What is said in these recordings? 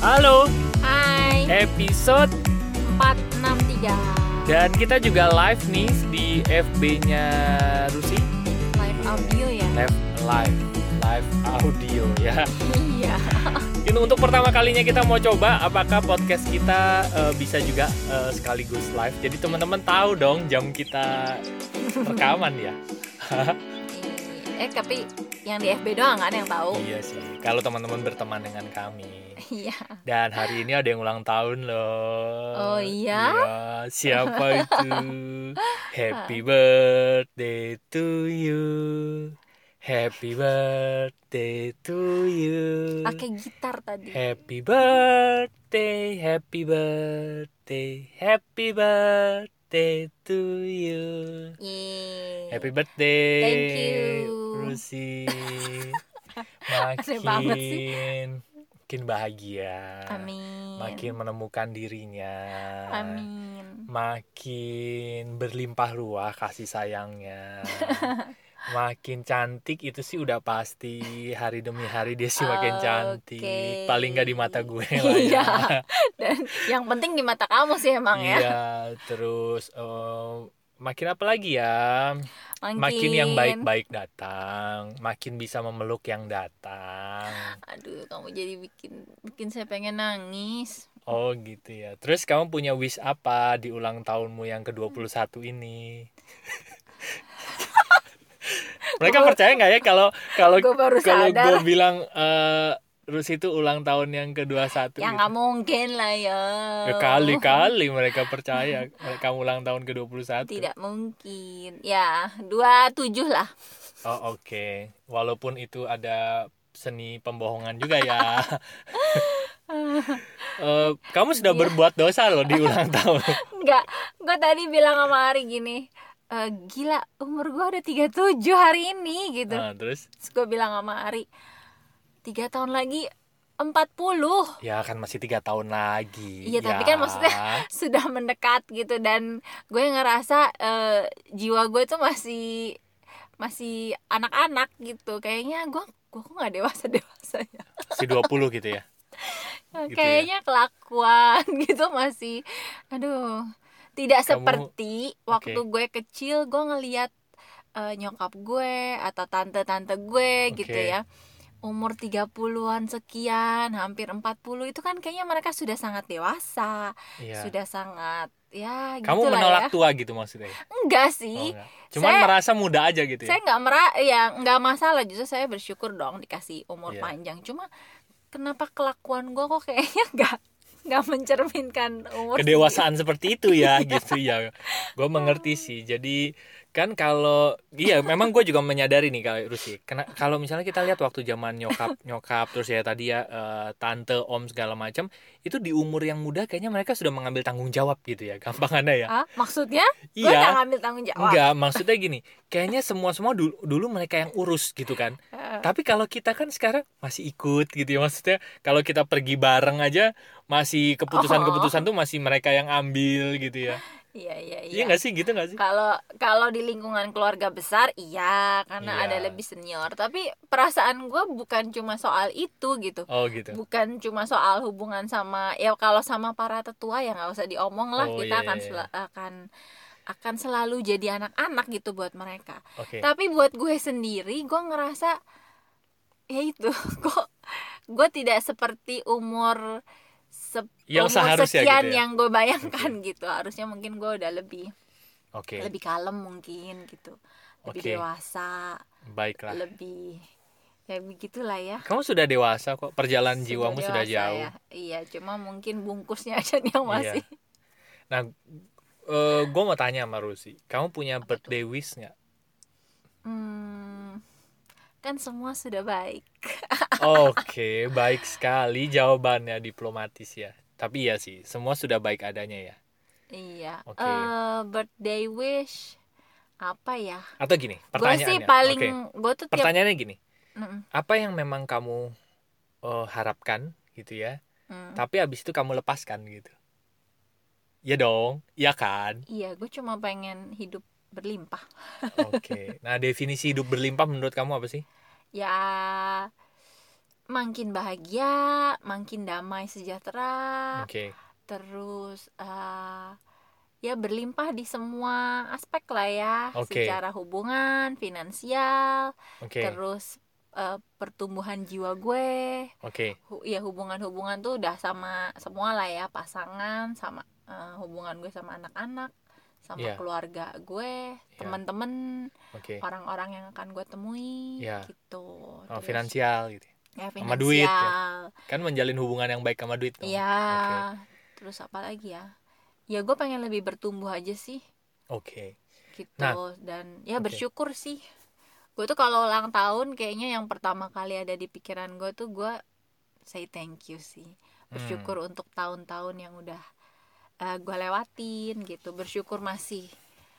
Halo, Hai, episode 463 dan kita juga live nih di FB-nya Rusi. live audio ya. Live audio ya. Iya. Ini untuk pertama kalinya kita mau coba apakah podcast kita bisa juga sekaligus live. Jadi teman-teman tahu dong jam kita rekaman ya. Tapi yang di FB doang kan yang tahu. Iya sih, kalau teman-teman berteman dengan kami. Iya. Dan hari ini ada yang ulang tahun loh. Oh iya? Iya, siapa itu? Happy birthday to you. Happy birthday to you. Pakai gitar tadi. Happy birthday, happy birthday, happy birthday to you. Yeay. Happy birthday. Thank you. Rusi. Aneh banget sih. Makin bahagia. Amin. Makin menemukan dirinya. Amin. Makin berlimpah ruah kasih sayangnya. Makin cantik itu sih udah pasti. Hari demi hari dia sih makin cantik. Oke. Paling gak di mata gue lah ya. Iya. Dan yang penting di mata kamu sih emang ya. Iya, terus makin apa lagi ya? Makin yang baik-baik datang, makin bisa memeluk yang datang. Aduh, kamu jadi bikin saya pengen nangis. Oh gitu ya. Terus kamu punya wish apa di ulang tahunmu yang ke-21 ini? Mereka percaya nggak ya kalau Gue baru kalau sadar. gue bilang Rus itu ulang tahun yang ke-21 Ya gitu? nggak mungkin lah ya. Ya kali-kali mereka percaya kamu ulang tahun ke-21. Tidak mungkin. Ya 27 lah. Oh oke. Walaupun itu ada seni pembohongan juga ya. Kamu sudah Iya. berbuat dosa loh di ulang tahun. Enggak. Gue tadi bilang sama Ari gini. Gila umur gue ada 37 hari ini gitu. Nah, terus? Terus gue bilang sama Ari 3 tahun lagi 40. Ya kan masih 3 tahun lagi. Iya tapi kan maksudnya sudah mendekat gitu. Dan gue ngerasa jiwa gue tuh masih anak-anak gitu. Kayaknya gue kok gak dewasa-dewasa ya. Masih 20 gitu ya. Gitu Kayaknya kelakuan gitu masih aduh tidak Kamu- seperti waktu gue kecil gue ngelihat nyokap gue atau tante-tante gue gitu Oke. ya umur 30-an sekian hampir 40 itu kan kayaknya mereka sudah sangat dewasa. Iya. Sudah sangat ya Kamu gitulah menolak ya. tua gitu maksudnya? Enggak Oh, sih. enggak. Cuman Saya- merasa muda aja gitu ya? Saya nggak masalah, justru saya bersyukur dong dikasih umur Iya. panjang. Cuma kenapa kelakuan gue kok kayaknya nggak mencerminkan umur Kedewasaan seperti itu ya gitu ya. Gue mengerti sih. Jadi kan kalau iya memang gue juga menyadari nih kalau Rusi. Kalau misalnya kita lihat waktu zaman nyokap terus ya tadi ya tante om segala macam itu di umur yang muda kayaknya mereka sudah mengambil tanggung jawab gitu ya. Gampangannya ya. Hah? Maksudnya? Gue Iya. nggak ngambil tanggung jawab. Enggak, maksudnya gini. Kayaknya semua dulu mereka yang urus gitu kan. Tapi kalau kita kan sekarang masih ikut gitu ya. Maksudnya kalau kita pergi bareng aja masih keputusan-keputusan tuh masih mereka yang ambil gitu ya. Iya. Iya nggak sih, gitu nggak sih? Kalau di lingkungan keluarga besar, iya, karena Iya. ada lebih senior. Tapi perasaan gue bukan cuma soal itu gitu. Oh gitu. Bukan cuma soal hubungan sama ya kalau sama para tetua ya nggak usah diomong lah. Oh, Kita iya. akan selalu jadi anak-anak gitu buat mereka. Oke. Tapi buat gue sendiri, gue ngerasa ya itu kok gue tidak seperti umur Yang umur seharusnya sekian gitu ya? yang gue bayangkan gitu. Harusnya mungkin gue udah lebih Oke. kalem mungkin gitu, lebih Oke. dewasa, Baiklah. lebih ya begitulah ya. Kamu sudah dewasa kok. Perjalanan Sudah jiwamu sudah dewasa jauh. ya. Iya, cuma mungkin bungkusnya aja yang masih. Nah, gue mau tanya sama Rusi. Kamu punya birthday wish nggak? Kan semua sudah baik. Oke, baik sekali jawabannya, diplomatis ya. Tapi ya sih, semua sudah baik adanya ya. Iya. Oke. Birthday wish apa ya? Atau gini, Gue pertanyaannya. sih paling Oke. gue tuh tiap Pertanyaannya gini, Mm-mm. apa yang memang kamu harapkan gitu ya, tapi habis itu kamu lepaskan gitu? Ya dong, ya kan? Iya, gue cuma pengen hidup berlimpah. Oke. Nah, definisi hidup berlimpah menurut kamu apa sih? Ya makin bahagia, makin damai sejahtera, Oke. terus ya berlimpah di semua aspek lah ya, Oke. secara hubungan, finansial, Oke. terus pertumbuhan jiwa gue, Oke. ya hubungan-hubungan tuh udah sama semua lah ya, pasangan, sama hubungan gue sama anak-anak, sama Iya. keluarga gue, Iya. teman-teman, Oke. orang-orang yang akan gue temui, Iya. gitu. Oh, Terus finansial gitu. ya Sama duit ya. finansial, Kan menjalin hubungan yang baik sama duit dong. ya. Oke. Terus apa lagi ya? Ya gue pengen lebih bertumbuh aja sih, Oke. gitu. Nah, Dan ya oke. bersyukur sih. Gue tuh kalau ulang tahun kayaknya yang pertama kali ada di pikiran gue tuh gue say thank you sih. Bersyukur untuk tahun-tahun yang udah gue lewatin gitu. Bersyukur masih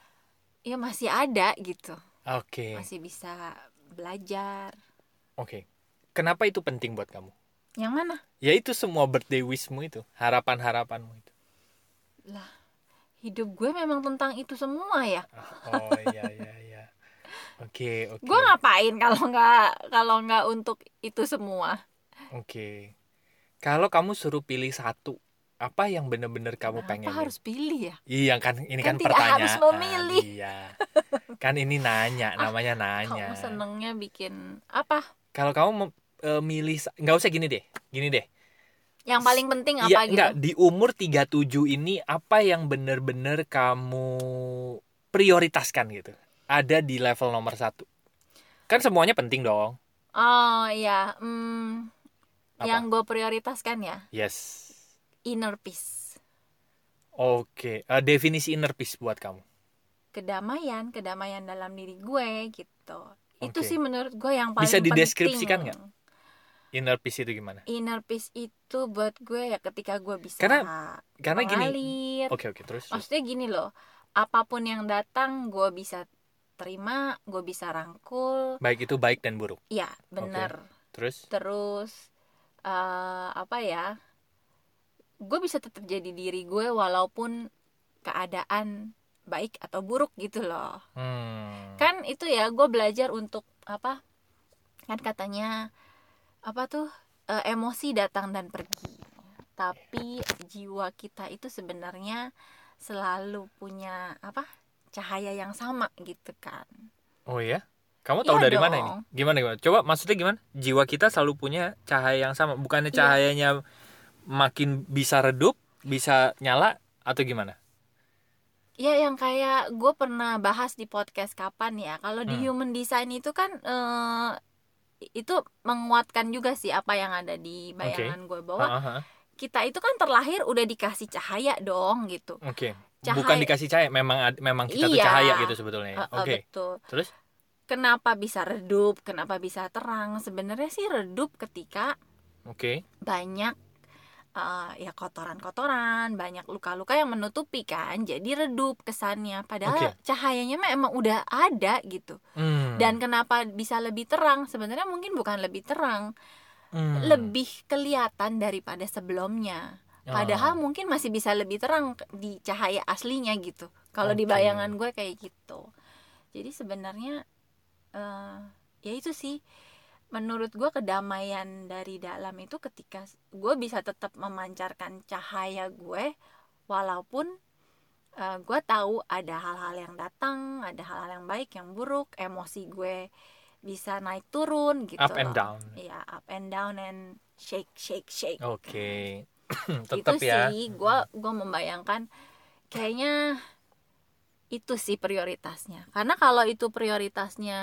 ada gitu, Oke. masih bisa belajar. Oke. Kenapa itu penting buat kamu? Yang mana? Ya itu semua birthday wishmu itu, harapan-harapanmu itu. Lah, hidup gue memang tentang itu semua ya. Oh iya. Oke. Gue ngapain kalau nggak untuk itu semua? Oke. Kalau kamu suruh pilih satu, apa yang benar-benar kamu Kenapa pengen? harus pilih ya? Iya kan, ini kan Tidak pertanyaan. harus memilih. Iya. Kan ini nanya, namanya nanya. Kamu senengnya bikin apa? Kalau kamu milih, nggak usah gini deh. Yang paling penting apa Iya, gitu? enggak, di umur 37 ini apa yang benar-benar kamu prioritaskan gitu? Ada di level nomor 1. Kan semuanya penting dong. Oh iya, Apa? yang gue prioritaskan ya, Yes. inner peace, Oke, definisi inner peace buat kamu. kedamaian dalam diri gue gitu. Itu Oke. sih menurut gue yang paling Bisa penting. dideskripsikan nggak? Inner peace itu gimana? Inner peace itu buat gue ya ketika gue bisa Karena gini. mengalir. Oke, terus. Maksudnya gini loh, apapun yang datang gue bisa terima, gue bisa rangkul. Baik itu baik dan buruk. Iya, benar. Terus? Apa ya? Gue bisa tetap jadi diri gue walaupun keadaan baik atau buruk gitu loh. Kan itu ya, gue belajar untuk apa? Kan katanya apa tuh? Emosi datang dan pergi. Tapi jiwa kita itu sebenarnya selalu punya apa? Cahaya yang sama gitu kan. Oh ya? Kamu tahu Iya dari mana dong. ini? Gimana? Coba maksudnya gimana? Jiwa kita selalu punya cahaya yang sama. Bukannya Iya. cahayanya makin bisa redup, bisa nyala, atau gimana? Ya yang kayak gue pernah bahas di podcast kapan ya. Kalau di human design itu kan itu menguatkan juga sih apa yang ada di bayangan gue, bahwa kita itu kan terlahir udah dikasih cahaya dong gitu. Oke. Cahaya. Bukan dikasih cahaya, memang kita tuh Iya. cahaya gitu sebetulnya. Oke. Betul. Terus? Kenapa bisa redup? Kenapa bisa terang? Sebenarnya sih redup ketika Oke. banyak ya kotoran-kotoran, banyak luka-luka yang menutupi kan, jadi redup kesannya. Padahal cahayanya emang udah ada gitu. Dan kenapa bisa lebih terang? Sebenarnya mungkin bukan lebih terang, lebih kelihatan daripada sebelumnya. Padahal mungkin masih bisa lebih terang di cahaya aslinya gitu. Kalau di bayangan gue kayak gitu. Jadi sebenarnya ya itu sih, menurut gue kedamaian dari dalam itu ketika gue bisa tetap memancarkan cahaya gue walaupun gue tahu ada hal-hal yang datang, ada hal-hal yang baik, yang buruk, emosi gue bisa naik turun gitu. Up and down. Iya, up and down and shake. Oke. Tetap itu ya. Sih gue membayangkan kayaknya itu sih prioritasnya. Karena kalau itu prioritasnya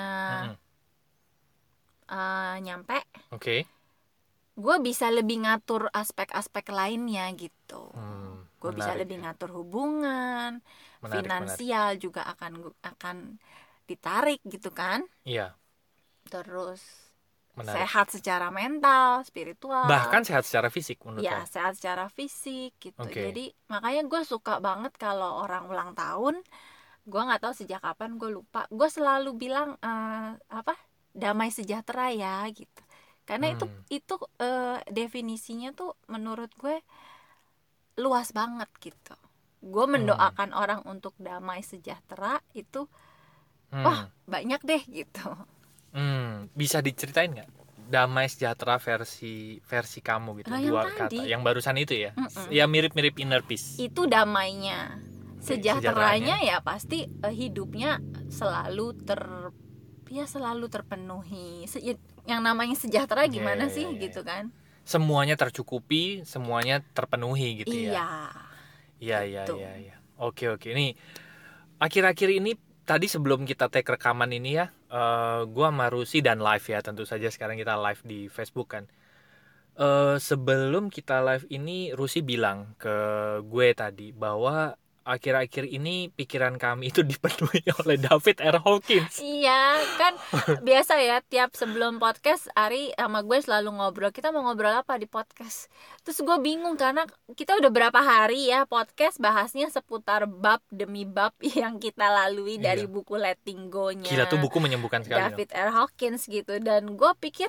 nyampe, gue bisa lebih ngatur aspek-aspek lainnya gitu. Gue bisa lebih ngatur hubungan, finansial juga akan ditarik gitu kan. Iya. Terus sehat secara mental, spiritual. Bahkan sehat secara fisik menurut ya, sehat secara fisik gitu. Jadi makanya gue suka banget kalau orang ulang tahun. Gue nggak tahu sejak kapan, gue lupa. Gue selalu bilang damai sejahtera ya gitu. Karena itu definisinya tuh menurut gue luas banget gitu. Gue mendoakan orang untuk damai sejahtera itu wah banyak deh gitu. Bisa diceritain nggak damai sejahtera versi kamu gitu. Nah, Dua yang kata. tadi. Yang barusan itu ya. Ya mirip-mirip inner peace. Itu damainya. Sejahteranya. Sejahteranya ya pasti hidupnya selalu selalu terpenuhi. Yang namanya sejahtera gimana sih gitu kan? Semuanya tercukupi, semuanya terpenuhi gitu ya. Iya. Iya. Oke. Nih akhir-akhir ini tadi sebelum kita take rekaman ini ya, gua sama Rusi dan live ya, tentu saja sekarang kita live di Facebook kan. Sebelum kita live ini Rusi bilang ke gue tadi bahwa akhir-akhir ini pikiran kami itu dipenuhi oleh David R. Hawkins. Iya kan biasa ya, tiap sebelum podcast Ari sama gue selalu ngobrol, kita mau ngobrol apa di podcast. Terus gue bingung karena kita udah berapa hari ya podcast bahasnya seputar bab demi bab yang kita lalui dari buku Letting Go-nya. Gila tuh buku menyembuhkan sekali. David R. Hawkins gitu. Dan gue pikir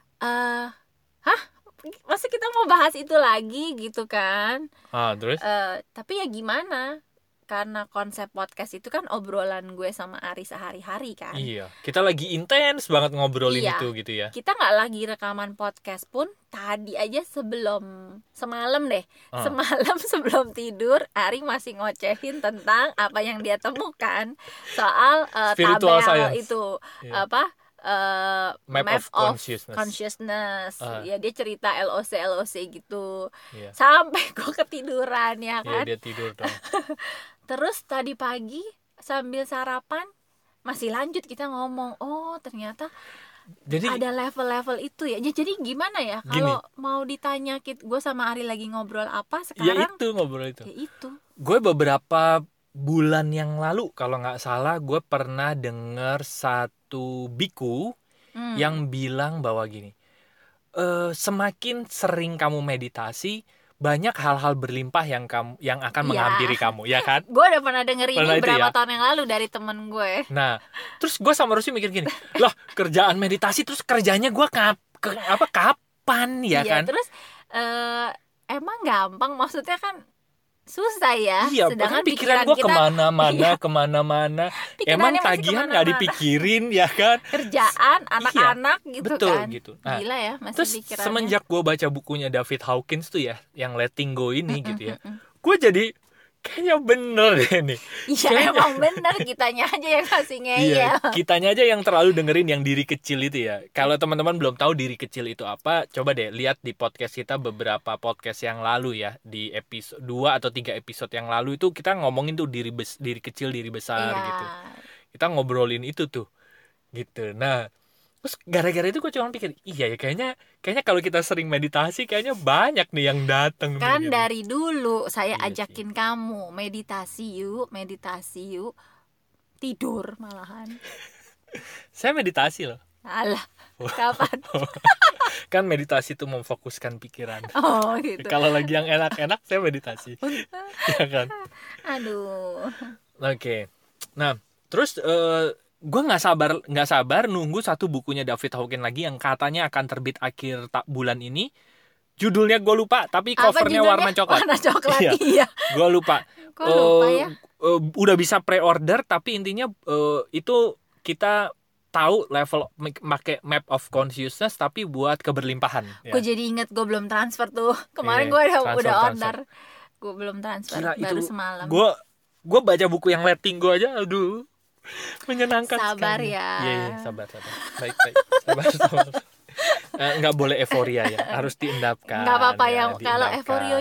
masa kita mau bahas itu lagi gitu kan? Terus? Tapi ya gimana? Karena konsep podcast itu kan obrolan gue sama Ari sehari-hari kan. Iya, kita lagi intens banget ngobrolin itu gitu ya. Kita nggak lagi rekaman podcast pun tadi aja semalam sebelum tidur Ari masih ngocehin tentang apa yang dia temukan soal Spiritual tabel science. itu Map of consciousness. Ya dia cerita LOC gitu. Iya. Sampai gue ketiduran ya kan. Iya, dia tidur dong. Terus tadi pagi sambil sarapan masih lanjut kita ngomong, ternyata Jadi ada level-level itu ya. Jadi gimana ya kalau mau ditanya gue sama Ari lagi ngobrol apa sekarang? Ya itu ngobrol itu. Ya itu. Gue beberapa bulan yang lalu kalau nggak salah gue pernah dengar satu biku yang bilang bahwa gini, semakin sering kamu meditasi banyak hal-hal berlimpah yang akan menghampiri kamu, ya kan? Gue udah pernah denger ini berapa ya? tahun yang lalu dari temen gue. Nah, terus gue sama Rusi mikir gini, loh kerjaan meditasi terus kerjanya gue kapan ya kan? Terus emang gampang, maksudnya kan susah ya. Iya, sedangkan pikiran gue kemana-mana. Emang tagihan nggak dipikirin ya kan? Kerjaan, anak-anak gitu betul, kan. Gitu. Nah, gila ya masih terus pikirannya. Semenjak gue baca bukunya David Hawkins tuh ya, yang Letting Go ini gitu ya, gue jadi kayaknya bener deh nih. Iya emang bener, kitanya aja yang kasih ngeyel. Iya, kitanya aja yang terlalu dengerin yang diri kecil itu ya. Kalau teman-teman belum tahu diri kecil itu apa, coba deh lihat di podcast kita beberapa podcast yang lalu ya. Di episode 2 atau 3 episode yang lalu itu kita ngomongin tuh diri kecil, diri besar gitu. Kita ngobrolin itu tuh gitu. Nah, terus gara-gara itu gue cuma pikir, iya ya kayaknya kalau kita sering meditasi kayaknya banyak nih yang datang kan gitu. Dari dulu saya ajakin kamu meditasi yuk, tidur malahan. Saya meditasi loh. Alah, kapan? Kan meditasi itu memfokuskan pikiran. Oh gitu. Kalau lagi yang enak-enak saya meditasi. Ya kan? Aduh. Oke. Nah, terus gue nggak sabar nunggu satu bukunya David Hawkins lagi yang katanya akan terbit akhir bulan ini. Judulnya gue lupa, tapi covernya warna coklat. Warna coklat, iya. Gue lupa. Ya? Udah bisa pre-order, tapi intinya itu kita tahu level pakai map of consciousness, tapi buat keberlimpahan. Gue jadi inget gue belum transfer tuh. Kemarin gue udah order. Gue belum transfer. Gila, baru semalam. Gue baca buku yang Letting Go aja, aduh. Menyenangkan sabar sekali. Ya. Iya, sabar. Baik. Sabar. Nggak boleh euforia ya, harus diendapkan. Nggak apa-apa ya, kalau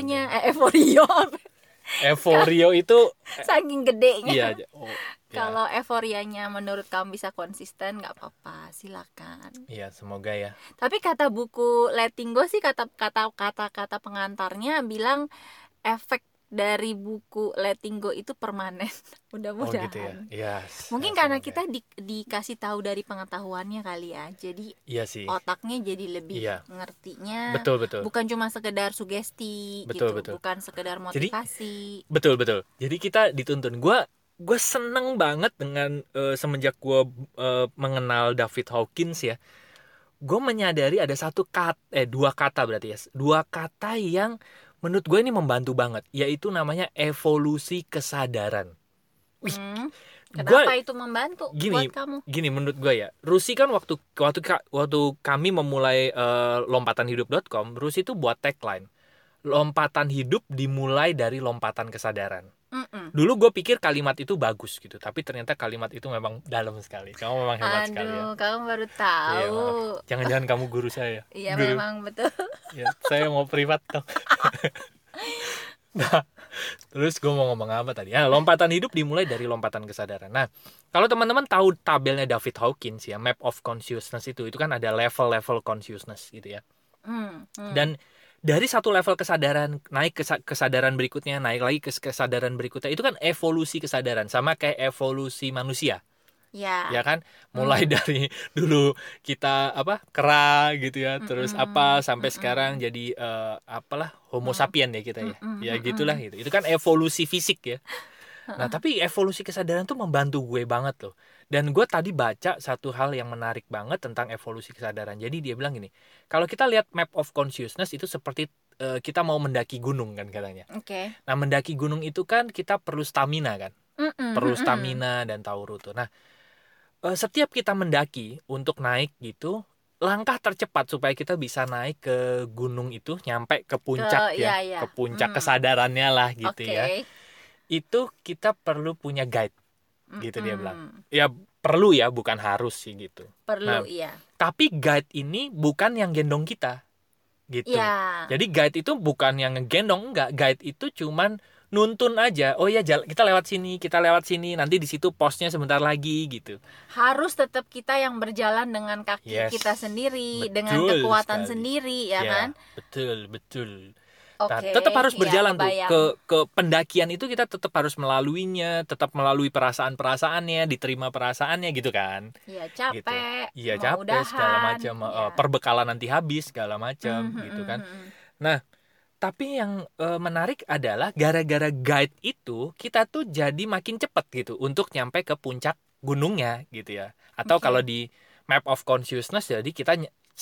euforio itu saking gedenya. Iya. Kalau euforianya menurut kamu bisa konsisten, nggak apa-apa, silakan. Iya, semoga ya. Tapi kata buku Letting Go sih, kata pengantarnya bilang efek dari buku Letting Go itu permanen. Mudah-mudahan. Oh gitu ya. Yes, mungkin karena kita dikasih tahu dari pengetahuannya kali ya. Jadi iya sih. Otaknya jadi lebih ngertinya. Betul. Bukan cuma sekedar sugesti betul. Bukan sekedar motivasi. Jadi, betul. Jadi kita dituntun. Gue seneng banget dengan semenjak gue mengenal David Hawkins ya. Gue menyadari ada dua kata berarti ya. Dua kata yang menurut gue ini membantu banget, yaitu namanya evolusi kesadaran. Kenapa itu membantu gini, buat kamu? Gini menurut gue ya, Rusi kan waktu kami memulai lompatanhidup.com, Rusi itu buat tagline, lompatan hidup dimulai dari lompatan kesadaran. Dulu gue pikir kalimat itu bagus gitu, tapi ternyata kalimat itu memang dalam sekali. Kamu memang hebat sekali ya. Aduh, kamu baru tahu. Iya, jangan-jangan kamu guru saya. Iya, Guru. memang betul. Ya, saya mau privat dong. Nah, terus gue mau ngomong apa tadi? Lompatan hidup dimulai dari lompatan kesadaran. Nah, kalau teman-teman tahu tabelnya David Hawkins ya, Map of Consciousness itu kan ada level-level consciousness gitu ya. Dan dari satu level kesadaran naik ke kesadaran berikutnya, naik lagi ke kesadaran berikutnya, itu kan evolusi kesadaran, sama kayak evolusi manusia. Ya kan, mulai dari dulu kita kera gitu ya, terus sampai sekarang jadi apalah Homo sapien ya kita ya. Ya gitulah gitu. Itu kan evolusi fisik ya. Nah, tapi evolusi kesadaran tuh membantu gue banget loh. Dan gue tadi baca satu hal yang menarik banget tentang evolusi kesadaran. Jadi dia bilang gini, kalau kita lihat map of consciousness itu seperti kita mau mendaki gunung kan katanya. Oke. Nah, mendaki gunung itu kan kita perlu stamina kan. Perlu stamina dan tahu rute. Nah, setiap kita mendaki untuk naik gitu, langkah tercepat supaya kita bisa naik ke gunung itu, nyampe ke puncak ke puncak kesadarannya lah gitu ya. Itu kita perlu punya guide gitu dia bilang. Ya perlu ya, bukan harus sih gitu. Perlu. Tapi guide ini bukan yang gendong kita gitu. Jadi guide itu bukan yang ngegendong, enggak. Guide itu cuman nuntun aja. Oh ya, kita lewat sini, nanti di situ posnya sebentar lagi gitu. Harus tetap kita yang berjalan dengan kaki kita sendiri, dengan kekuatan sendiri ya kan? Betul. Nah, tetap harus berjalan tuh ke pendakian itu, kita tetap harus melaluinya, tetap melalui perasaan-perasaannya, diterima perasaannya gitu kan. Iya, capek. Iya, capek segala macam, perbekalan nanti habis segala macam gitu kan. Nah, tapi yang menarik adalah gara-gara guide itu kita tuh jadi makin cepat gitu untuk nyampe ke puncak gunungnya gitu ya. Atau kalau di Map of Consciousness, jadi kita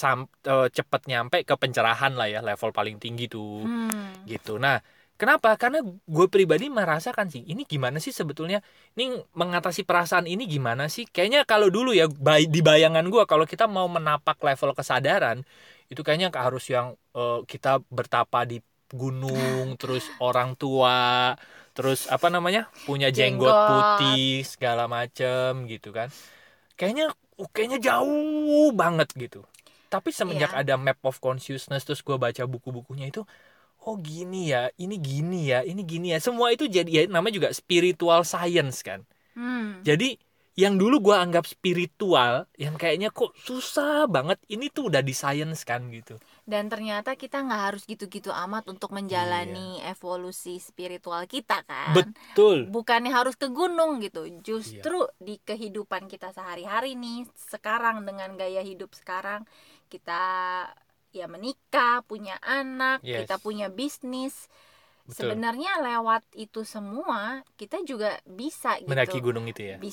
cepet nyampe ke pencerahan lah ya, level paling tinggi tuh gitu. Nah, kenapa? Karena gue pribadi merasakan sih, ini gimana sih sebetulnya, ini mengatasi perasaan ini gimana sih? Kayaknya kalau dulu ya, di bayangan gue, kalau kita mau menapak level kesadaran itu kayaknya harus yang kita bertapa di gunung, terus orang tua, terus punya jenggot putih segala macem gitu kan. Kayaknya jauh banget gitu. Tapi semenjak ada Map of Consciousness, terus gue baca buku-bukunya itu, oh gini ya, ini gini ya. Semua itu jadi ya, namanya juga spiritual science kan. Jadi yang dulu gue anggap spiritual, yang kayaknya kok susah banget, ini tuh udah di science kan gitu. Dan ternyata kita nggak harus gitu-gitu amat untuk menjalani evolusi spiritual kita kan. Betul. Bukannya harus ke gunung gitu. Justru di kehidupan kita sehari-hari nih, sekarang dengan gaya hidup sekarang, kita ya menikah, punya anak, kita punya bisnis. Betul. Sebenarnya lewat itu semua kita juga bisa gitu mendaki gunung itu ya,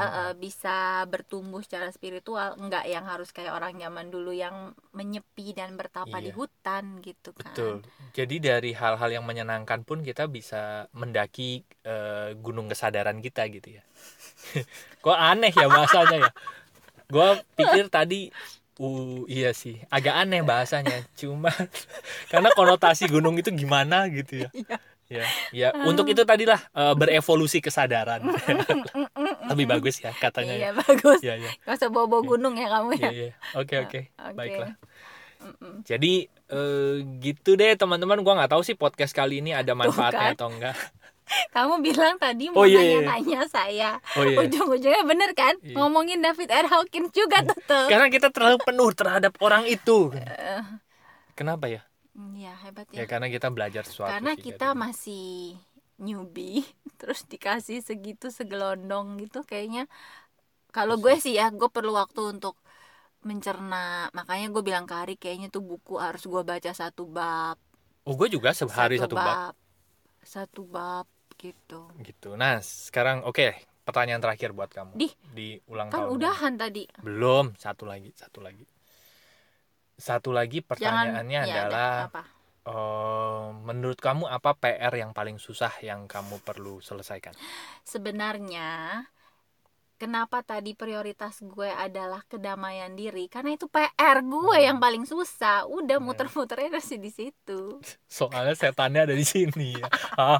bisa bertumbuh secara spiritual, enggak yang harus kayak orang zaman dulu yang menyepi dan bertapa di hutan gitu kan. Betul. Jadi dari hal-hal yang menyenangkan pun kita bisa mendaki gunung kesadaran kita gitu ya. Kok aneh ya bahasanya ya. Gue pikir tadi iya sih, agak aneh bahasanya. Cuma karena konotasi gunung itu gimana gitu ya. Ya, untuk itu tadilah berevolusi kesadaran. Lebih bagus ya katanya. Iya, bagus. Iya. Gak usah bawa gunung ya kamu ya. Iya. Oke. Baiklah. Jadi gitu deh teman-teman. Gua nggak tahu sih podcast kali ini ada manfaatnya atau enggak. Kamu bilang tadi mau nanya-nanya saya. Ujung-ujungnya bener kan? Ngomongin David R. Hawkins juga tuh. Karena kita terlalu penuh terhadap orang itu. Kenapa ya? Ya hebat ya. Ya karena kita belajar sesuatu. Karena kita masih newbie, terus dikasih segitu segelondong gitu, kayaknya. Kalau gue sih ya, gue perlu waktu untuk mencerna. Makanya gue bilang ke Ari, kayaknya tuh buku harus gue baca satu bab. Oh, gue juga sehari satu bab. Satu bab gitu. Nah sekarang pertanyaan terakhir buat kamu di ulang tahun. Kan udahan tadi. Belum, satu lagi pertanyaannya adalah menurut kamu apa PR yang paling susah yang kamu perlu selesaikan? Sebenarnya kenapa tadi prioritas gue adalah kedamaian diri, karena itu PR gue yang paling susah. Udah muter-muternya masih di situ. Soalnya setannya ada di sini ya.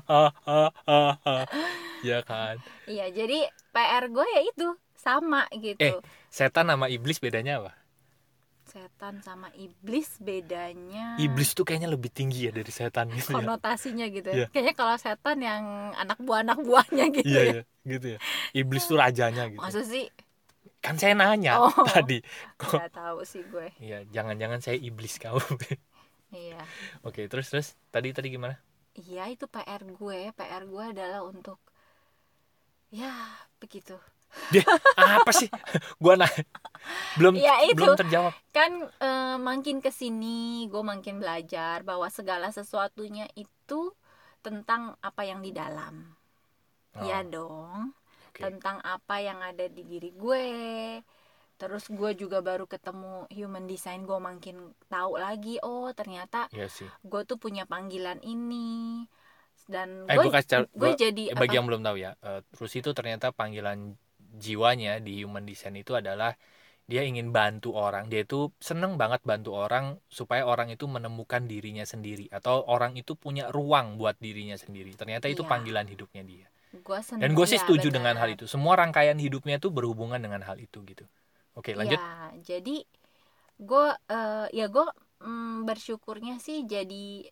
Ya kan. Iya, jadi PR gue ya itu sama gitu. Setan sama iblis bedanya apa? Setan sama iblis bedanya Iblis tuh kayaknya lebih tinggi ya dari setan gitu ya. konotasinya gitu Iya. ya. Kayaknya kalau setan yang anak buahnya gitu Iya ya. ya, gitu ya. Iblis tuh rajanya gitu. Maksud sih Kan saya nanya tadi. Kok nggak tahu sih gue. iya, jangan-jangan saya iblis kau. Iya. Oke, terus tadi gimana? Iya, itu PR gue. PR gue adalah untuk ya begitu. Dia apa sih? Gua belum Ya, itu. belum terjawab. Kan makin kesini gue makin belajar bahwa segala sesuatunya itu tentang apa yang di dalam. Iya dong. Oke. Tentang apa yang ada di diri gue. Terus gue juga baru ketemu human design, gue makin tahu lagi, oh ternyata Iya sih. gue tuh punya panggilan ini. Dan gue jadi bagi apa? yang belum tahu ya, terus itu ternyata panggilan jiwanya di human design itu adalah dia ingin bantu orang. Dia itu seneng banget bantu orang supaya orang itu menemukan dirinya sendiri atau orang itu punya ruang buat dirinya sendiri. Ternyata itu Iya. panggilan hidupnya dia. Dan gue sih setuju benar. dengan hal itu. Semua rangkaian hidupnya tuh berhubungan dengan hal itu gitu. Oke, lanjut. Ya, jadi gue bersyukurnya sih jadi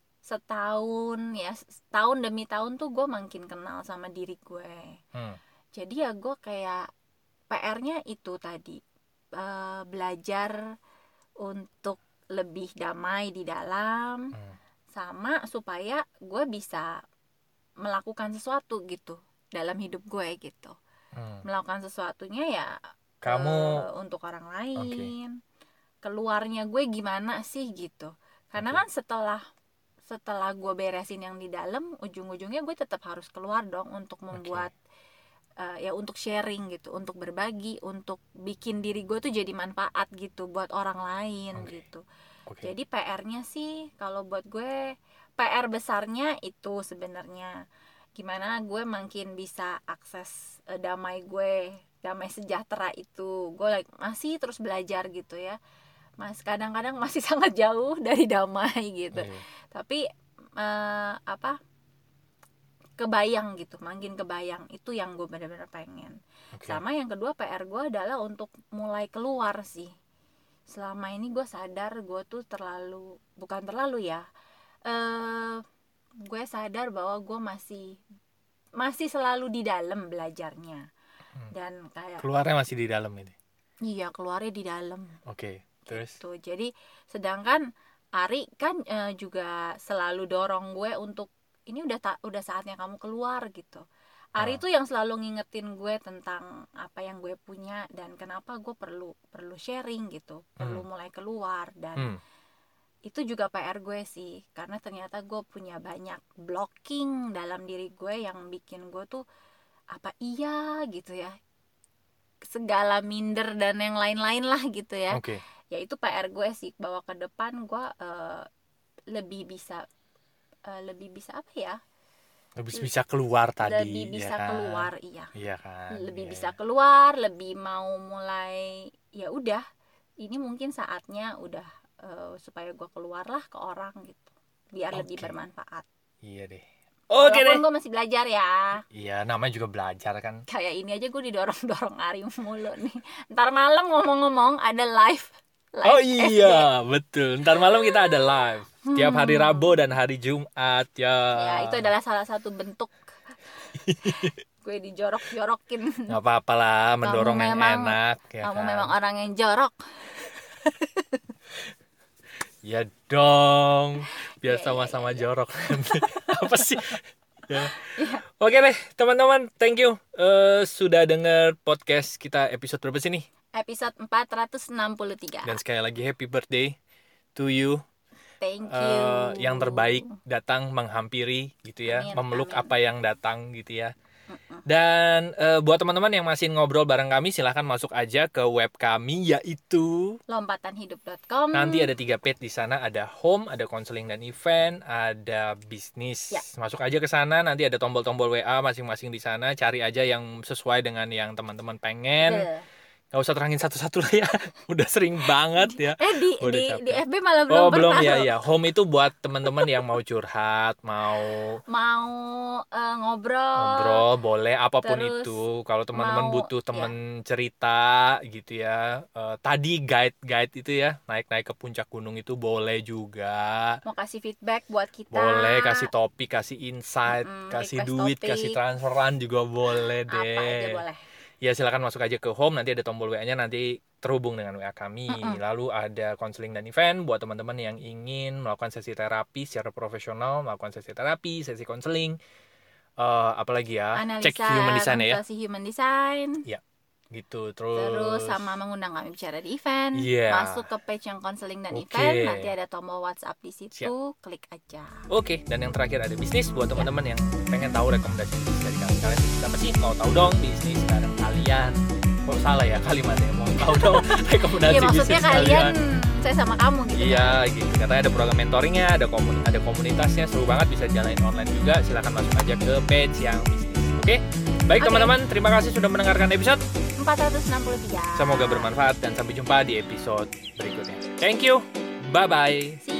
setahun demi tahun tuh gue makin kenal sama diri gue. Jadi ya gue kayak PR-nya itu tadi, belajar untuk lebih damai di dalam, sama supaya gue bisa melakukan sesuatu gitu dalam hidup gue gitu. Melakukan sesuatunya ya Kamu untuk orang lain. Keluarnya gue gimana sih gitu. Karena kan setelah gue beresin yang di dalam, ujung-ujungnya gue tetap harus keluar dong untuk membuat ya untuk sharing gitu, untuk berbagi, untuk bikin diri gue tuh jadi manfaat gitu buat orang lain gitu. Jadi PR-nya sih kalau buat gue, PR besarnya itu sebenarnya gimana gue makin bisa akses damai sejahtera itu. Gue masih terus belajar gitu ya. Kadang-kadang masih sangat jauh dari damai gitu. Tapi kebayang gitu, makin kebayang, itu yang gue benar-benar pengen. Sama yang kedua, PR gue adalah untuk mulai keluar sih. Selama ini gue sadar gue tuh gue sadar bahwa gue masih selalu di dalam belajarnya. Dan kayak keluarnya masih di dalam ini. Iya, keluarnya di dalam. Terus gitu. Jadi sedangkan Ari kan juga selalu dorong gue untuk ini udah saatnya kamu keluar gitu. Ari tuh yang selalu ngingetin gue tentang apa yang gue punya dan kenapa gue perlu sharing gitu, perlu mulai keluar. Dan itu juga PR gue sih, karena ternyata gue punya banyak blocking dalam diri gue yang bikin gue tuh gitu ya, segala minder dan yang lain-lain lah gitu ya. Ya itu PR gue sih, bahwa ke depan gue lebih bisa apa ya, lebih bisa keluar tadi, lebih bisa keluar, iya kan, lebih bisa keluar, lebih mau mulai, ya udah ini mungkin saatnya udah supaya gue keluar lah ke orang gitu, biar lebih bermanfaat. Iya deh. Walaupun gue masih belajar ya. Iya, namanya juga belajar kan. Kayak ini aja gue didorong-dorong Ari mulu nih. Ntar malam ngomong-ngomong ada live Oh iya, betul. Ntar malam kita ada live. Tiap hari Rabu dan hari Jumat ya. Ya, itu adalah salah satu bentuk gue dijorok-jorokin. Gak apa-apa lah, mendorong yang enak ya. Kamu kan? memang orang yang jorok. Ya dong, biar sama-sama jorok. Apa sih? Ya. Oke deh, teman-teman, thank you sudah denger podcast kita episode berapa sih nih? Episode 463. Dan sekali lagi happy birthday to you. Thank you. Yang terbaik datang menghampiri gitu ya, memeluk apa yang datang gitu ya. Dan buat teman-teman yang masih ngobrol bareng kami, silahkan masuk aja ke web kami, yaitu lompatanhidup.com. Nanti ada 3 page di sana, ada home, ada konseling dan event, ada bisnis. Ya. Masuk aja ke sana, nanti ada tombol-tombol WA masing-masing di sana, cari aja yang sesuai dengan yang teman-teman pengen. Gak usah terangin satu-satu lah ya. Udah sering banget ya. Di FB malah belum Oh, pernah. belum ya. Home itu buat teman-teman yang mau curhat, mau ngobrol, boleh apapun Terus itu. Kalau teman-teman butuh teman cerita gitu ya. Tadi guide itu ya, naik-naik ke puncak gunung itu boleh juga. Mau kasih feedback buat kita. Boleh kasih topik, kasih insight, kasih duit, topik. kasih transferan juga boleh deh. Apa aja boleh. Ya silakan masuk aja ke home, nanti ada tombol WA-nya, nanti terhubung dengan WA kami. Lalu ada konseling dan event buat teman-teman yang ingin melakukan sesi terapi secara profesional, melakukan sesi terapi, sesi konseling, apalagi ya, analisa, cek human design ya. Human design. Ya, gitu. Terus sama mengundang kami bicara di event. Masuk ke page yang konseling dan event, nanti ada tombol WhatsApp di situ, klik aja. Oke, dan yang terakhir ada bisnis buat teman-teman yang pengen tahu rekomendasi bisnis dari kalian. Siapa sih mau tahu dong bisnis bareng kalian? Kok salah ya kalimatnya, mau tahu dong rekomendasi bisnis maksudnya kalian saya sama kamu gitu. Iya gitu, katanya ada program mentoringnya, ada komunitasnya, seru banget, bisa jalanin online juga. Silahkan masuk aja ke page yang bisnis. Oke, baik teman-teman, terima kasih sudah mendengarkan episode 463. Semoga bermanfaat dan sampai jumpa di episode berikutnya. Thank you, bye-bye.